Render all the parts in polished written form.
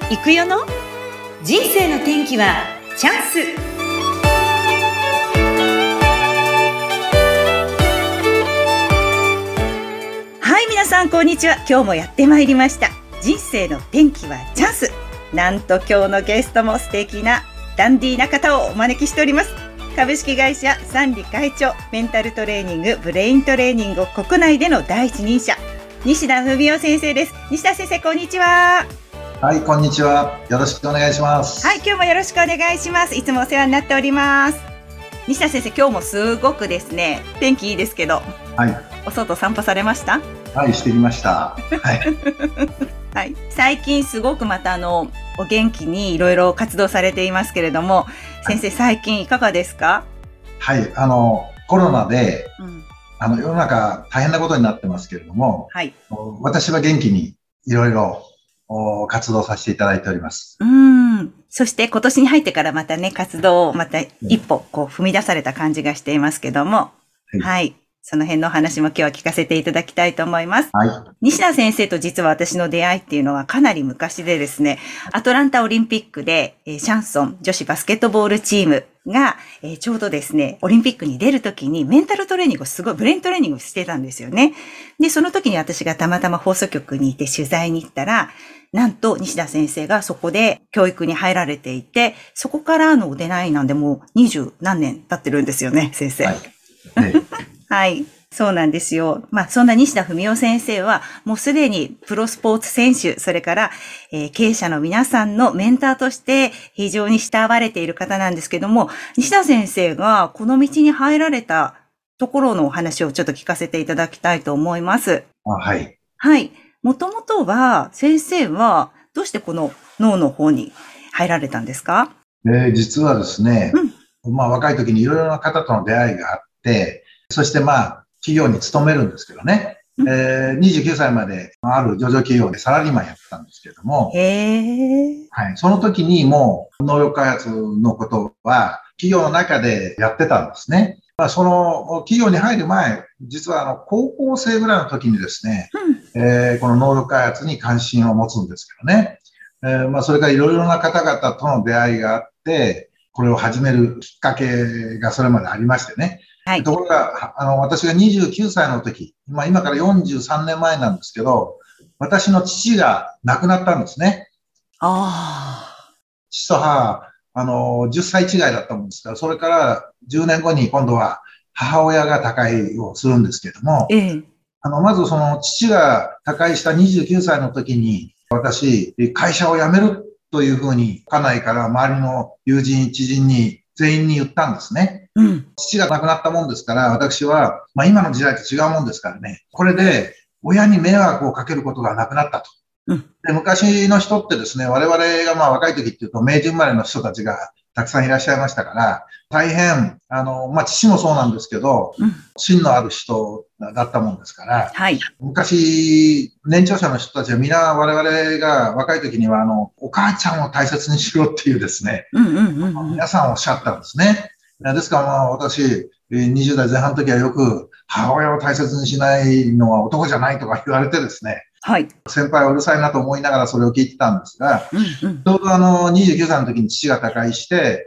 行くよの人生の転機はチャンス。はい、皆さんこんにちは。今日もやってまいりました。人生の転機はチャンス。なんと今日のゲストも素敵なダンディーな方をお招きしております。株式会社三里会長、メンタルトレーニング、ブレイントレーニング国内での第一人者、西田文夫先生です。西田先生、こんにちは。 はい、こんにちは。よろしくお願いします。 はい、今日もよろしくお願いします。いつもお世話になっております。西田先生、今日もすごくですね、天気いいですけど、 はい。 お外散歩されました？ はい、してきました。はい。 はい。最近すごくまたお元気にいろいろ活動されていますけれども、先生、最近いかがですか？ はい、コロナで、世の中大変なことになってますけれども、 はい。 私は元気にいろいろ活動させていただいております。 そして今年に入ってからまたね、活動をまた一歩踏み出された感じがしていますけども、はい。はい、その辺のお話も今日は聞かせていただきたいと思います。はい。西田先生と実は私の出会いっていうのはかなり昔でですね、アトランタオリンピックで、シャンソン女子バスケットボールチームが、ちょうどですね、オリンピックに出るときにメンタルトレーニングをブレイントレーニングをしてたんですよね。で、その時に私がたまたま放送局にいて取材に行ったら、なんと西田先生がそこで教育に入られていて、そこからのお出会いなんでもう20何年経ってるんですよね、先生。はい。はい。そうなんですよ。そんな西田文夫先生は、もうすでにプロスポーツ選手、それから、経営者の皆さんのメンターとして非常に慕われている方なんですけども、西田先生がこの道に入られたところのお話をちょっと聞かせていただきたいと思います。 はい。 はい。もともとは、先生はどうしてこの脳の方に入られたんですか？ 実はですね、若い時にいろいろな方との出会いがあって、そして企業に勤めるんですけどね、29歳まである上場企業でサラリーマンやってたんですけれども、はい、その時にもう能力開発のことは企業の中でやってたんですね。その企業に入る前、実は高校生ぐらいの時にですね、この能力開発に関心を持つんですけどね、それからいろいろな方々との出会いがあって、これを始めるきっかけがそれまでありましてね。はい、ところが、私が29歳の時、今から43年前なんですけど、私の父が亡くなったんですね。父と母、10歳違いだったもんですから、それから10年後に今度は母親が他界をするんですけども、まずその父が他界した29歳の時に、私、会社を辞めるというふうに、家内から周りの友人、知人に全員に言ったんですね。父が亡くなったもんですから、私は、今の時代と違うもんですからね、これで親に迷惑をかけることがなくなったと。で、昔の人ってですね、我々が若い時っていうと、明治生まれの人たちがたくさんいらっしゃいましたから、大変、父もそうなんですけど、芯のある人だったもんですから、はい、昔、年長者の人たちは皆我々が若い時には、お母ちゃんを大切にしろっていうですね、皆さんおっしゃったんですね。ですから私、20代前半の時はよく母親を大切にしないのは男じゃないとか言われてですね、はい、先輩はうるさいなと思いながらそれを聞いてたんですが、ちょうど29歳の時に父が他界して、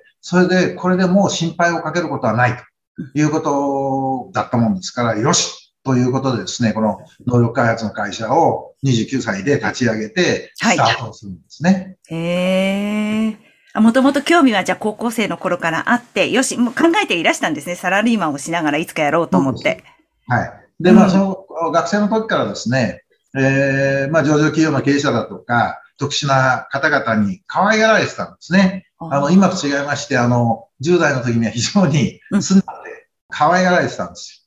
それでこれでもう心配をかけることはないということだったもんですから、よしということでですね、この能力開発の会社を29歳で立ち上げてスタートをするんですね。 もともと興味はじゃあ高校生の頃からあって、よし、もう考えていらしたんですね。サラリーマンをしながらいつかやろうと思って。 はい。で、その学生の時からですね、上場企業の経営者だとか、特殊な方々に可愛がられてたんですね。今と違いまして、10代の時には非常に素直で可愛がられてたんです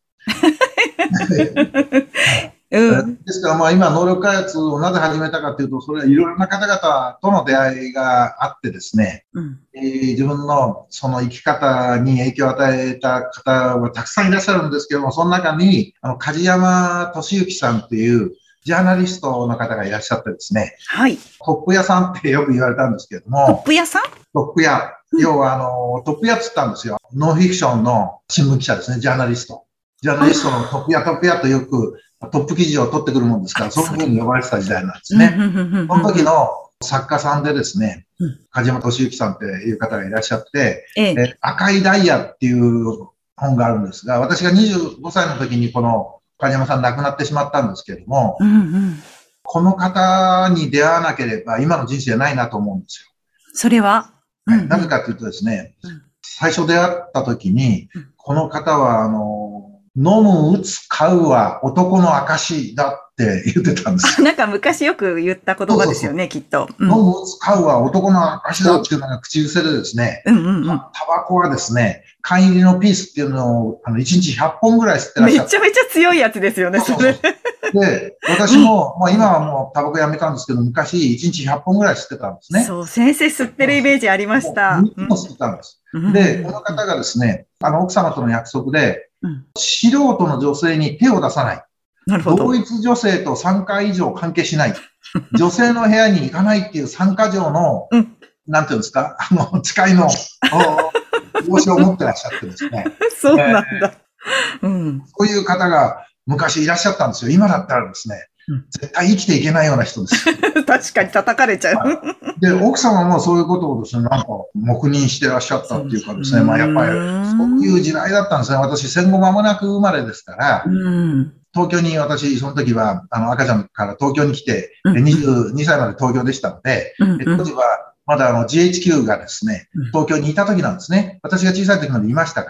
よ。ですから今能力開発をなぜ始めたかというと、それはいろいろな方々との出会いがあってですね、自分のその生き方に影響を与えた方はたくさんいらっしゃるんですけども、その中に梶山俊之さんっていうジャーナリストの方がいらっしゃってですね、はい。トップ屋さんってよく言われたんですけれども、 トップ屋さん？ トップ屋。要はトップ屋って言ったんですよ。ノンフィクションの新聞記者ですね、ジャーナリスト。ジャーナリストのトップ屋とよくトップ記事を取ってくるもんですから、そういうふうに呼ばれてた時代なんですね。その時の作家さんでですね、梶山敏之さんっていう方がいらっしゃって、赤いダイヤっていう本があるんですが、私が25歳の時にこの梶山さん亡くなってしまったんですけれども、この方に出会わなければ今の人生ないなと思うんですよ。 それは、 なぜかというとですね、最初出会った時に、この方は飲む、打つ、買うは男の証だって言ってたんですよ。 なんか昔よく言った言葉ですよね、きっと。 飲む、打つ、買うは男の証だっていうのが口癖でですね、タバコはですね、缶入りのピースっていうのを1日100本ぐらい吸ってらっしゃる。 めちゃめちゃ強いやつですよね、それ。 で、私も、今はもうタバコやめたんですけど、昔1日100本ぐらい吸ってたんですね。 そう、先生吸ってるイメージありました。 も吸ってたんです。で、この方がですね、奥様との約束で、素人の女性に手を出さない。 なるほど。 同一女性と3回以上関係しない。女性の部屋に行かないっていう3か条の、なんていうんですか、誓いの帽子を持ってらっしゃってですね。 そうなんだ。 そういう方が昔いらっしゃったんですよ。今だったらですね、絶対生きていけないような人です。 確かに叩かれちゃう。 で、奥様もそういうことをですね、なんか黙認してらっしゃったっていうかですね、やっぱりそういう時代だったんですね。私戦後間もなく生まれですから、東京に私、その時は赤ちゃんから東京に来て、22歳まで東京でしたので、当時はまだGHQ がですね、東京にいた時なんですね。私が小さい時までいましたから。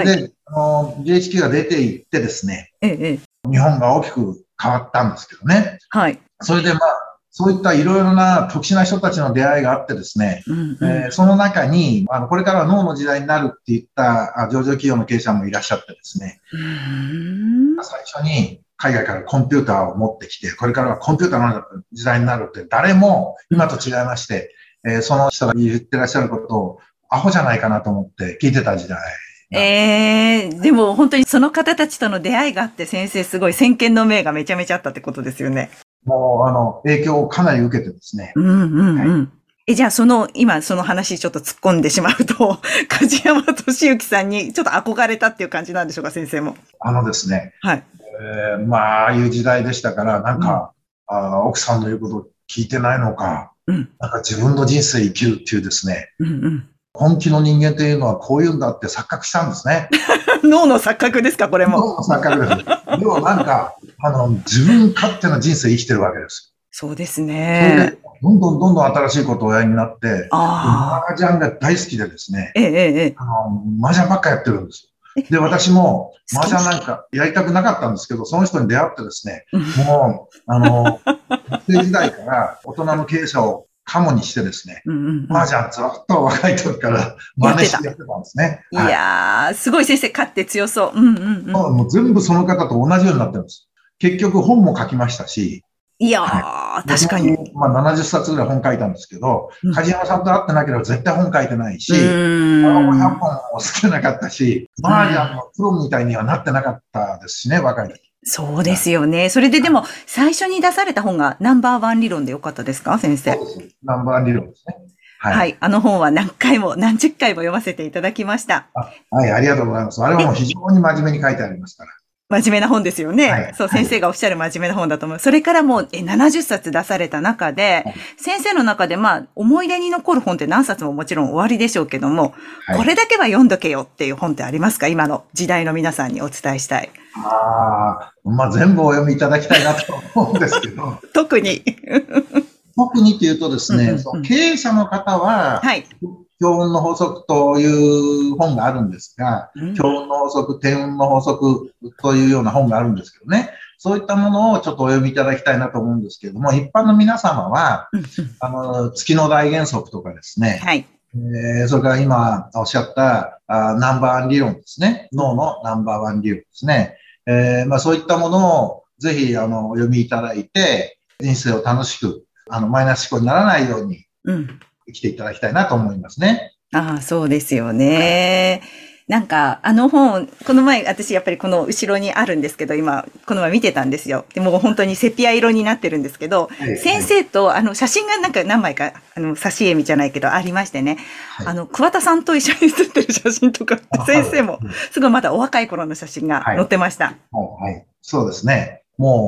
で、GHQ が出て行ってですね、日本が大きく変わったんですけどね。それでそういったいろいろな特殊な人たちの出会いがあってですね、その中に、これからは脳の時代になるって言った上場企業の経営者もいらっしゃってですね、最初に海外からコンピューターを持ってきて、これからはコンピューターの時代になるって誰も今と違いまして、その人が言ってらっしゃることをアホじゃないかなと思って聞いてた時代。 でも本当にその方たちとの出会いがあって先生すごい先見の明がめちゃめちゃあったってことですよね。 もう、影響をかなり受けてですね。 じゃあ今その話ちょっと突っ込んでしまうと、梶山敏之さんにちょっと憧れたっていう感じなんでしょうか、先生も。 ですね。ああいう時代でしたから、なんか、奥さんの言うことを聞いてないのか、なんか自分の人生生きるっていうですね、本気の人間というのはこういうんだって錯覚したんですね。 脳の錯覚ですか、これも。 脳の錯覚です。でもなんか、自分勝手な人生生きてるわけです。 そうですね。 どんどん新しいことをおやりになって、麻雀が大好きでですね、麻雀ばっかやってるんですよ。で、私も麻雀なんかやりたくなかったんですけど、その人に出会ってですね、もう、学生時代から大人の経営者をカモにしてですね、麻雀ずっと若い時から真似してやってたんですね。 いやー、すごい先生、勝って強そう。 もう全部その方と同じようになってるんです。結局本も書きましたし、 いやー、確かに。 70冊ぐらい本書いたんですけど、梶山さんと会ってなければ絶対本書いてないし、100本も好きなかったし、麻雀のプロみたいにはなってなかったですしね、若い時。 そうですよね。それででも、最初に出された本がナンバーワン理論でよかったですか、先生。 そうです。ナンバーワン理論ですね。 はい。あの本は何回も、何十回も読ませていただきました。 はい、ありがとうございます。あれはもう非常に真面目に書いてありますから。 真面目な本ですよね。そう、先生がおっしゃる真面目な本だと思う。それからもう70冊出された中で、先生の中で思い出に残る本って何冊ももちろん終わりでしょうけども、これだけは読んどけよっていう本ってありますか？今の時代の皆さんにお伝えしたい。 全部お読みいただきたいなと思うんですけど。 特に。 特にっていうとですね、経営者の方は、強運の法則という本があるんですが、強運の法則、天運の法則というような本があるんですけどね、そういったものをちょっとお読みいただきたいなと思うんですけれども、一般の皆様は、月の大原則とかですね、それから今おっしゃったナンバーワン理論ですね、脳のナンバーワン理論ですね、そういったものをぜひお読みいただいて、人生を楽しく、マイナス思考にならないように、生きていただきたいなと思いますね。 そうですよね。なんか、本、この前、私やっぱりこの後ろにあるんですけど、今、この前見てたんですよ。でも本当にセピア色になってるんですけど、先生と、写真がなんか何枚か、挿絵みじゃないけど、ありましてね、桑田さんと一緒に写ってる写真とか、先生も、すごいまだお若い頃の写真が載ってました。 そうですね。もう、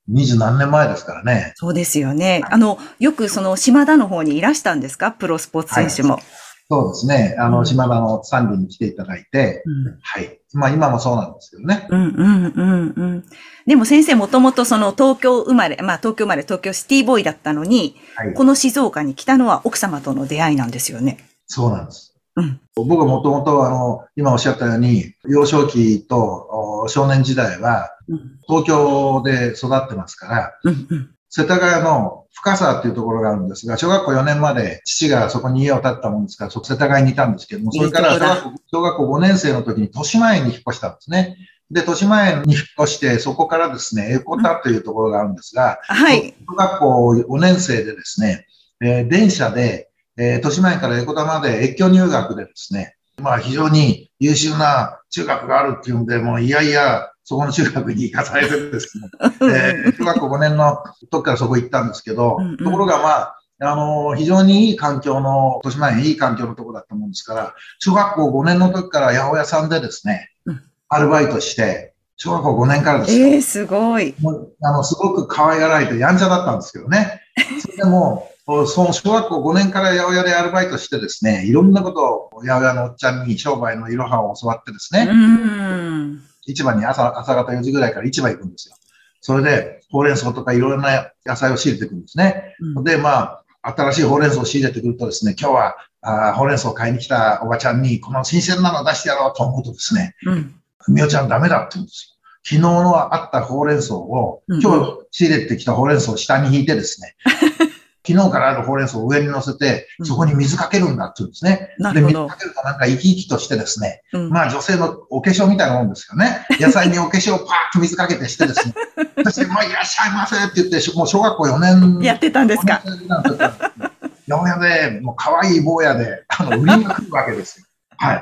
20何年前ですからね。 そうですよね。よくその島田の方にいらしたんですか？プロスポーツ選手も。 そうですね。島田のサンデーに来ていただいて、はい。まあ今もそうなんですけどね。 でも先生もともとその東京生まれ、東京シティボーイだったのに、この静岡に来たのは奥様との出会いなんですよね。 そうなんです。僕はもともと今おっしゃったように、幼少期と少年時代は東京で育ってますから、世田谷の深沢っていうところがあるんですが、小学校4年まで父がそこに家を建てたもんですから、世田谷にいたんですけども、それから小学校5年生の時に豊島園に引っ越したんですね。で、豊島園に引っ越して、そこからですね、エコタというところがあるんですが、小学校5年生でですね、電車で、豊島園からエコタまで越境入学でですね、非常に優秀な中学があるっていうんで、もういやいや、そこの中学に行かされてですね、小学校5年の時からそこ行ったんですけど、ところが非常にいい環境の、豊島園いい環境のところだったもんですから、小学校5年の時から八百屋さんでですね、アルバイトして、小学校5年からですよ。 すごい。 すごく可愛がられてやんちゃだったんですけどね。それでも、その小学校5年から八百屋でアルバイトしてですね、いろんなことを八百屋のおっちゃんに商売のいろはを教わってですね、市場に朝方4時ぐらいから市場行くんですよ。それで、ほうれん草とかいろんな野菜を仕入れてくるんですね。で、新しいほうれん草を仕入れてくるとですね、今日はほうれん草を買いに来たおばちゃんに、この新鮮なの出してやろうと思うとですね、ふみおちゃんダメだって言うんですよ。昨日のあったほうれん草を、今日仕入れてきたほうれん草を下に引いてですね、昨日からあるほうれん草を上に乗せて、そこに水かけるんだって言うんですね。で、水かけるとなんか生き生きとしてですね、女性のお化粧みたいなもんですよね。野菜にお化粧をパーッと水かけてしてですね、そして、いらっしゃいませって言って、もう小学校4年。 やってたんですか？ 八百屋で、もう可愛い坊やで、売りまくるわけですよ。はい。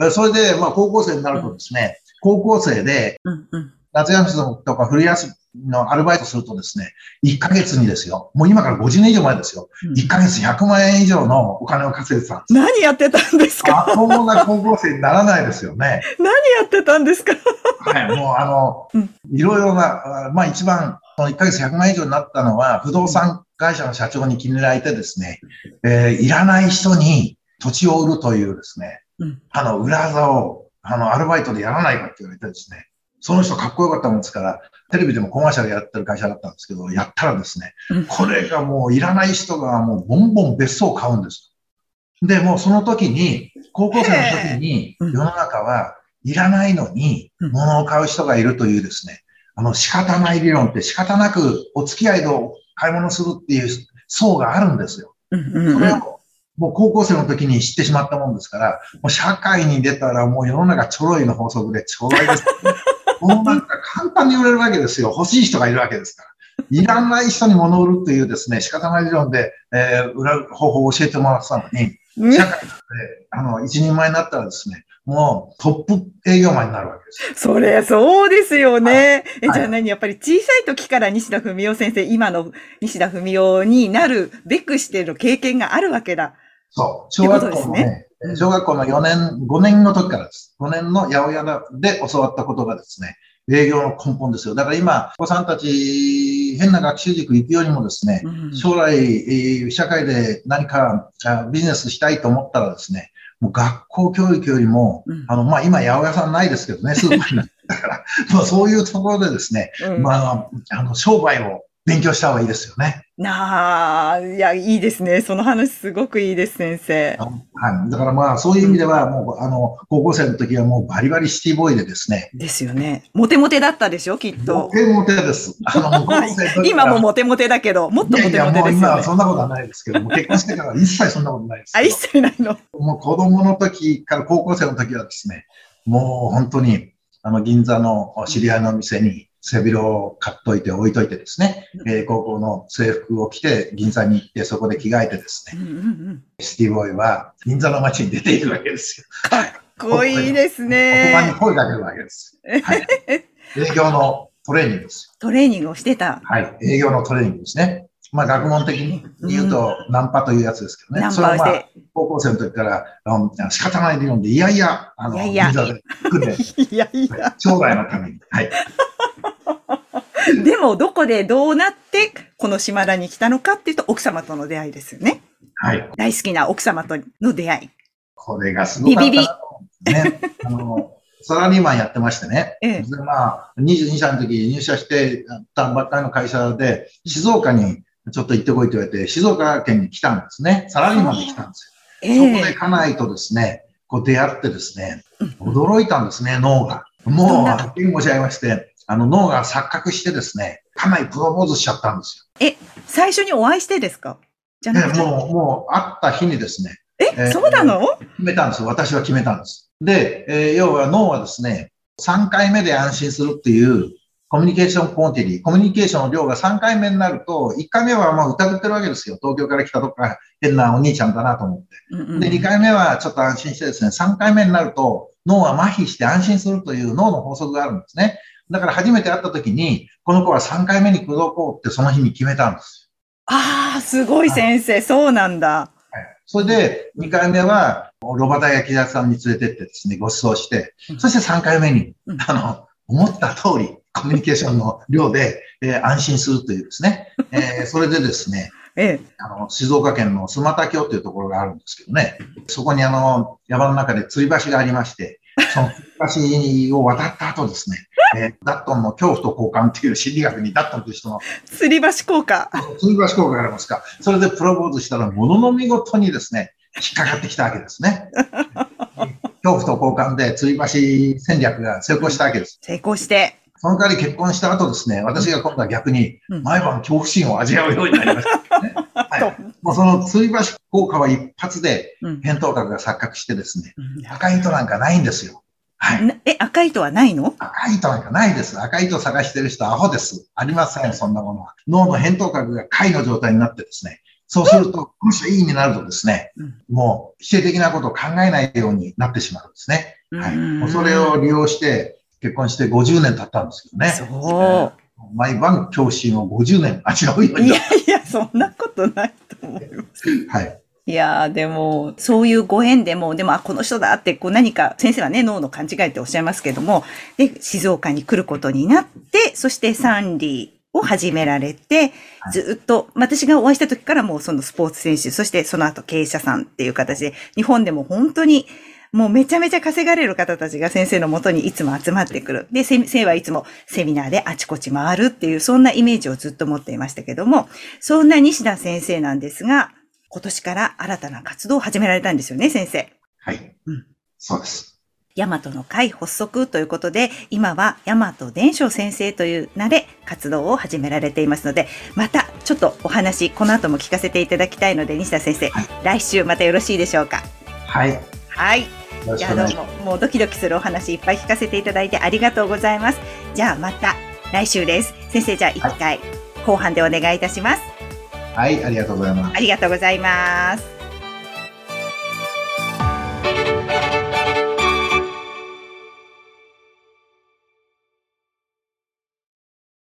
それで、高校生になるとですね、高校生で、夏休みとか冬休みのアルバイトするとですね、1ヶ月にですよ、もう今から50年以上前ですよ、1ヶ月100万円以上のお金を稼いでたんです。 何やってたんですか？ まともな高校生にならないですよね。 何やってたんですか？ はい、もういろいろな、一番、1ヶ月100万円以上になったのは、不動産会社の社長に気に入られてですね、いらない人に土地を売るというですね、裏技を、アルバイトでやらないかって言われてですね、その人かっこよかったもんですから、テレビでもコマーシャルやってる会社だったんですけど、やったらですね、これがもういらない人がもうボンボン別荘を買うんです。で、もうその時に、高校生の時に世の中はいらないのに物を買う人がいるというですね、仕方ない理論って仕方なくお付き合いで買い物するっていう層があるんですよ。それをもう高校生の時に知ってしまったもんですから、もう社会に出たらもう世の中ちょろいの法則でちょろいです、ね。もうなんか簡単に売れるわけですよ。欲しい人がいるわけですから。いらない人に物を売るというですね、仕方ない理論で、売る方法を教えてもらってたのに、社会で、一人前になったらですね、もうトップ営業マンになるわけです。 それ、そうですよね。じゃあ何、やっぱり小さい時から西田文雄先生、今の西田文雄になるべくしての経験があるわけだ。 そう。小学校のね、小学校の4年、5年の時からです。5年の八百屋で教わったことがですね、営業の根本ですよ。だから今、お子さんたち、変な学習塾行くよりもですね、将来、社会で何かビジネスしたいと思ったらですね、もう学校教育よりも、今、八百屋さんないですけどね、スーパーになったから、そういうところでですね、商売を勉強した方がいいですよね。 いや、いいですね。その話すごくいいです、先生。 はい。だからそういう意味では、もう、高校生の時はもうバリバリシティボーイでですね。 ですよね。モテモテだったでしょ、きっと。 モテモテです。 今もモテモテだけど、もっとモテモテですよね。 いや今はそんなことはないですけども、結婚してからは一切そんなことないですけど。 一切ないの。 もう子供の時から高校生の時はですね、もう本当に、銀座の知り合いの店に、背広を買っといて置いといてですね、高校の制服を着て銀座に行ってそこで着替えてですね、シティボーイは銀座の街に出ていくわけですよ。 かっこいいですね。 黒板に声かけるわけです。はい、営業のトレーニングです。 トレーニングをしてた。 はい。営業のトレーニングですね。学問的に言うと、ナンパというやつですけどね。それは高校生の時から、仕方ない理論で、いやいや、銀座で行くんで、将来のために。はい。 でも、どこでどうなって、この島田に来たのかっていうと、奥様との出会いですよね。 はい。 大好きな奥様との出会い。 これがすごかったなと思うんですね。サラリーマンやってましてね。で22歳の時に入社してたばっかりの会社で、静岡にちょっと行ってこいと言われて、静岡県に来たんですね。サラリーマンで来たんですよ。そこで家内とですね、こう出会ってですね、驚いたんですね、脳が。もう、はっきり申し上げまして、脳が錯覚してですね、家内プロポーズしちゃったんですよ。最初にお会いしてですか？ じゃなくてもう会った日にですね。 そうなの？ 決めたんです。私は決めたんです。で、要は脳はですね、3回目で安心するっていうコミュニケーションコンティリー、コミュニケーションの量が3回目になると、1回目はまあ疑ってるわけですよ。東京から来たとか変なお兄ちゃんだなと思って。で、2回目はちょっと安心してですね、3回目になると脳は麻痺して安心するという脳の法則があるんですね。だから初めて会った時に、この子は3回目に口説こうってその日に決めたんです。 ああ、すごい先生、そうなんだ。 それで、2回目は、炉端焼き屋さんに連れてってですね、ご馳走して、そして3回目に、思った通り、コミュニケーションの量で、安心するというですね、それでですね、静岡県の須又峡というところがあるんですけどね、そこに山の中で吊り橋がありまして、その吊り橋を渡った後ですね、ダットンの恐怖と交換っていう心理学にダットンという人の吊り橋効果。 吊り橋効果がありますか。それでプロポーズしたら、ものの見事にですね、引っかかってきたわけですね。恐怖と交換で吊り橋戦略が成功したわけです。 成功して。 その代わり結婚した後ですね、私が今度は逆に毎晩恐怖心を味わうようになりました、ね。もうその吊り橋効果は一発で扁桃核が錯覚してですね、赤い糸なんかないんですよ。 はい。赤い糸はないの？ 赤い糸なんかないです。赤い糸探してる人はアホです。ありません、そんなものは。脳の扁桃核が貝の状態になってですね、そうすると、この人いいになるとですね、もう否定的なことを考えないようになってしまうんですね。はい。もうそれを利用して、結婚して50年経ったんですけどね。 そう。 毎晩恐怖心を50年味わうようになった。 いや、そんなことないと思います。 はい。 いやー、でも、そういうご縁でも、この人だって、何か、先生はね、脳の勘違いっておっしゃいますけども、で、静岡に来ることになって、そして三里を始められて、ずっと、私がお会いした時からもうそのスポーツ選手、そしてその後経営者さんっていう形で、日本でも本当に、もうめちゃめちゃ稼がれる方たちが先生のもとにいつも集まってくる。で、先生はいつもセミナーであちこち回るっていう、そんなイメージをずっと持っていましたけども、そんな西田先生なんですが、今年から新たな活動を始められたんですよね、先生。 はい。そうです。 大和の会発足ということで、今は大和伝承先生という名で活動を始められていますので、またちょっとお話、この後も聞かせていただきたいので、西田先生、来週またよろしいでしょうか。 はい。 はい。じゃあどうも、もうドキドキするお話いっぱい聞かせていただいてありがとうございます。じゃあまた来週です。先生、じゃあ一回後半でお願いいたします。 はい、ありがとうございます。 ありがとうございます。